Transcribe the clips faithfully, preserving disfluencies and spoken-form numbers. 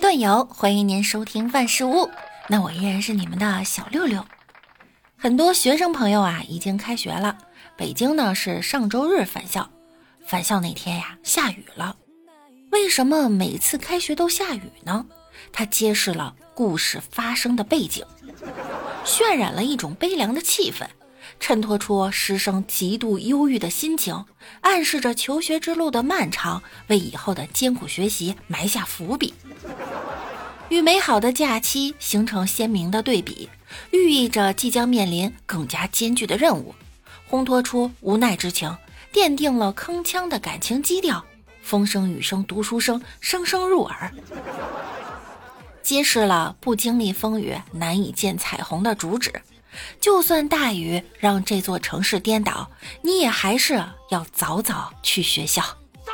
段友，欢迎您收听万事屋。那我依然是你们的小六六。很多学生朋友啊，已经开学了。北京呢是上周日返校，返校那天呀，下雨了。为什么每次开学都下雨呢？它揭示了故事发生的背景，渲染了一种悲凉的气氛，衬托出师生极度忧郁的心情，暗示着求学之路的漫长，为以后的艰苦学习埋下伏笔。与美好的假期形成鲜明的对比，寓意着即将面临更加艰巨的任务，烘托出无奈之情，奠定了铿锵的感情基调，风声雨声读书声，声声入耳，揭示了不经历风雨难以见彩虹的主旨。就算大雨让这座城市颠倒，你也还是要早早去学校。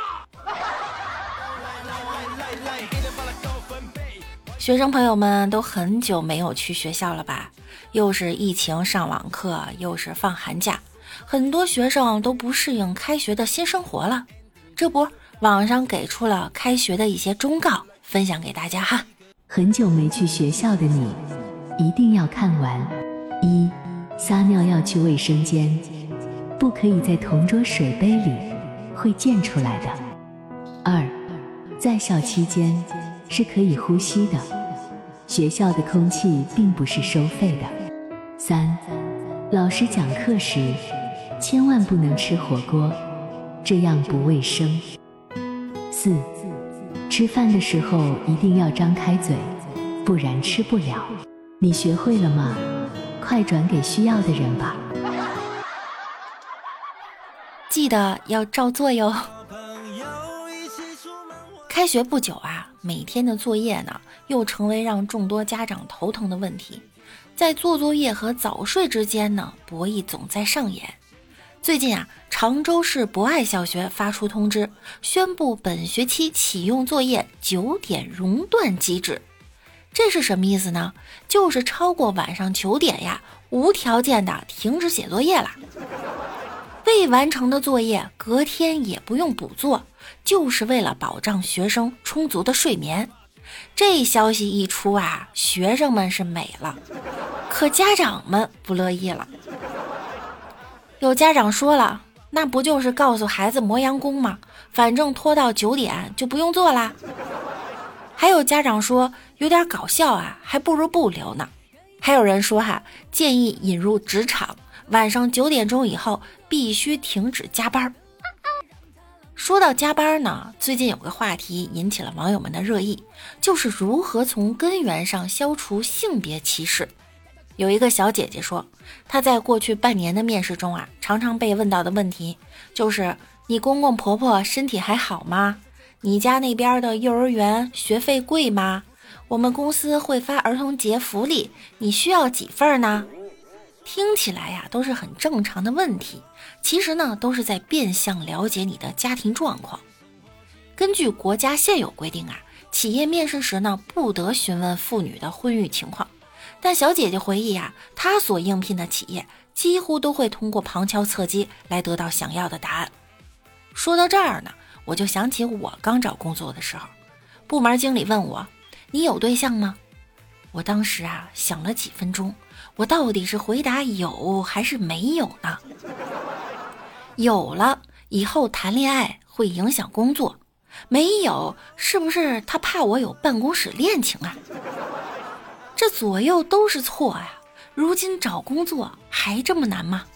学生朋友们都很久没有去学校了吧？又是疫情上网课，又是放寒假，很多学生都不适应开学的新生活了。这不，网上给出了开学的一些忠告，分享给大家哈。 很久没去学校的你，一定要看完。一、撒尿要去卫生间，不可以在同桌水杯里，会溅出来的。二、在校期间是可以呼吸的，学校的空气并不是收费的。三、老师讲课时千万不能吃火锅，这样不卫生。四、吃饭的时候一定要张开嘴，不然吃不了。你学会了吗？快转给需要的人吧。 记得要照做哟。开学不久啊，每天的作业呢，又成为让众多家长头疼的问题。在做作业和早睡之间呢，博弈总在上演。最近啊，常州市博爱小学发出通知，宣布本学期启用作业九点熔断机制。这是什么意思呢？就是超过晚上九点呀，无条件的停止写作业了。未完成的作业隔天也不用补做，就是为了保障学生充足的睡眠。这消息一出啊，学生们是美了，可家长们不乐意了。有家长说了，那不就是告诉孩子磨洋工吗？反正拖到九点就不用做啦。还有家长说有点搞笑啊，还不如不留呢。还有人说哈，建议引入职场，晚上九点钟以后必须停止加班。说到加班呢，最近有个话题引起了网友们的热议，就是如何从根源上消除性别歧视。有一个小姐姐说，她在过去半年的面试中啊，常常被问到的问题就是你公公婆婆身体还好吗？你家那边的幼儿园学费贵吗？我们公司会发儿童节福利，你需要几份呢？听起来呀，都是很正常的问题，其实呢，都是在变相了解你的家庭状况。根据国家现有规定啊，企业面试时呢，不得询问妇女的婚育情况。但小姐姐回忆啊，她所应聘的企业几乎都会通过旁敲侧击来得到想要的答案。说到这儿呢，我就想起我刚找工作的时候，部门经理问我，你有对象吗？我当时啊想了几分钟，我到底是回答有还是没有呢？有了，以后谈恋爱会影响工作；没有，是不是他怕我有办公室恋情啊？这左右都是错呀！如今找工作还这么难吗？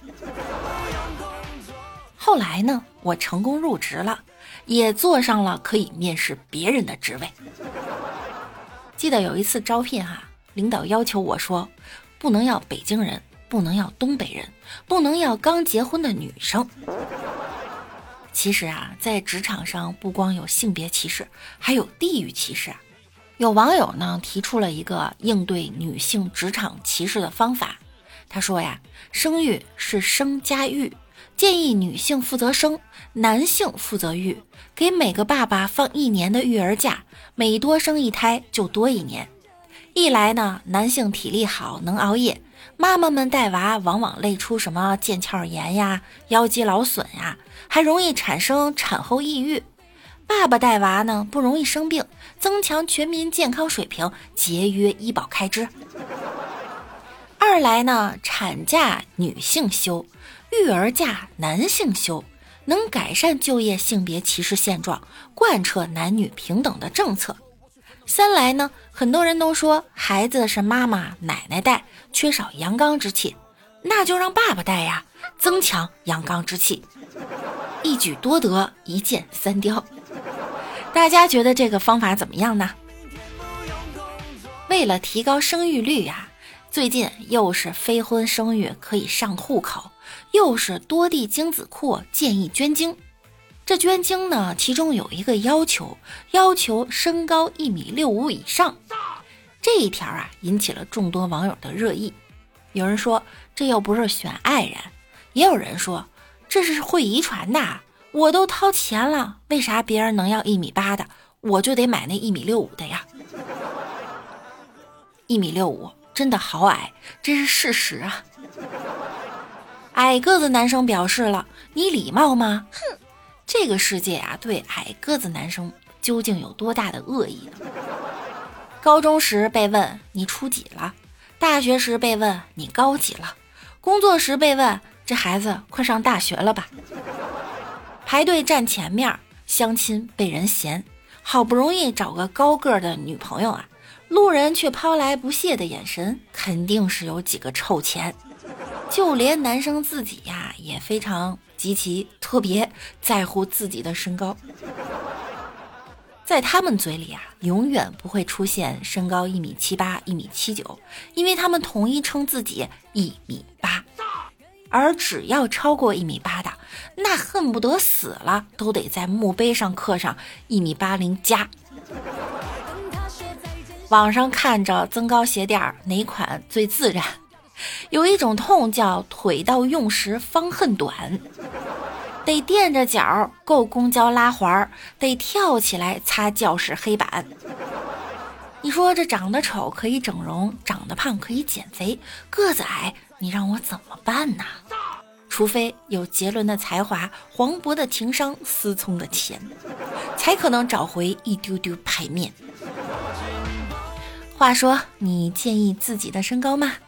后来呢，我成功入职了，也坐上了可以面试别人的职位。记得有一次招聘哈，领导要求我说，不能要北京人，不能要东北人，不能要刚结婚的女生。其实啊，在职场上不光有性别歧视，还有地域歧视啊。有网友呢提出了一个应对女性职场歧视的方法。他说呀，生育是生加育，建议女性负责生，男性负责育，给每个爸爸放一年的育儿假，每多生一胎就多一年。一来呢，男性体力好，能熬夜，妈妈们带娃往往累出什么腱鞘炎呀、腰肌劳损呀，还容易产生产后抑郁。爸爸带娃呢不容易生病， 增强全民健康水平，节约医保开支。二来呢，产假女性休，育儿假男性休，能改善就业性别歧视现状，贯彻男女平等的政策。三来呢，很多人都说孩子是妈妈奶奶带，缺少阳刚之气，那就让爸爸带呀，增强阳刚之气，一举多得，一箭三雕。大家觉得这个方法怎么样呢？为了提高生育率呀、啊，最近又是非婚生育可以上户口，又是多地精子库建议捐精。这捐精呢，其中有一个要求，要求身高一米六五以上。这一条啊，引起了众多网友的热议。有人说这又不是选爱人，也有人说这是会遗传的，我都掏钱了，为啥别人能要一米八的，我就得买那一米六五的呀？一米六五真的好矮，这是事实啊。矮个子男生表示了，你礼貌吗？哼，这个世界啊，对矮个子男生究竟有多大的恶意呢？高中时被问你初几了，大学时被问你高几了，工作时被问这孩子快上大学了吧。排队站前面，相亲被人嫌，好不容易找个高个的女朋友啊，路人却抛来不屑的眼神，肯定是有几个臭钱。就连男生自己呀，也非常极其特别在乎自己的身高。在他们嘴里啊，永远不会出现身高一米七八、一米七九，因为他们统一称自己一米八。而只要超过一米八的，那恨不得死了都得在墓碑上刻上一米八零加。网上看着增高鞋垫哪款最自然，有一种痛叫腿到用时方恨短，得垫着脚够公交拉环，得跳起来擦教室黑板。你说这长得丑可以整容，长得胖可以减肥，个子矮你让我怎么办呢？除非有杰伦的才华，黄渤的情商，思聪的钱，才可能找回一丢丢排面。话说，你介意自己的身高吗？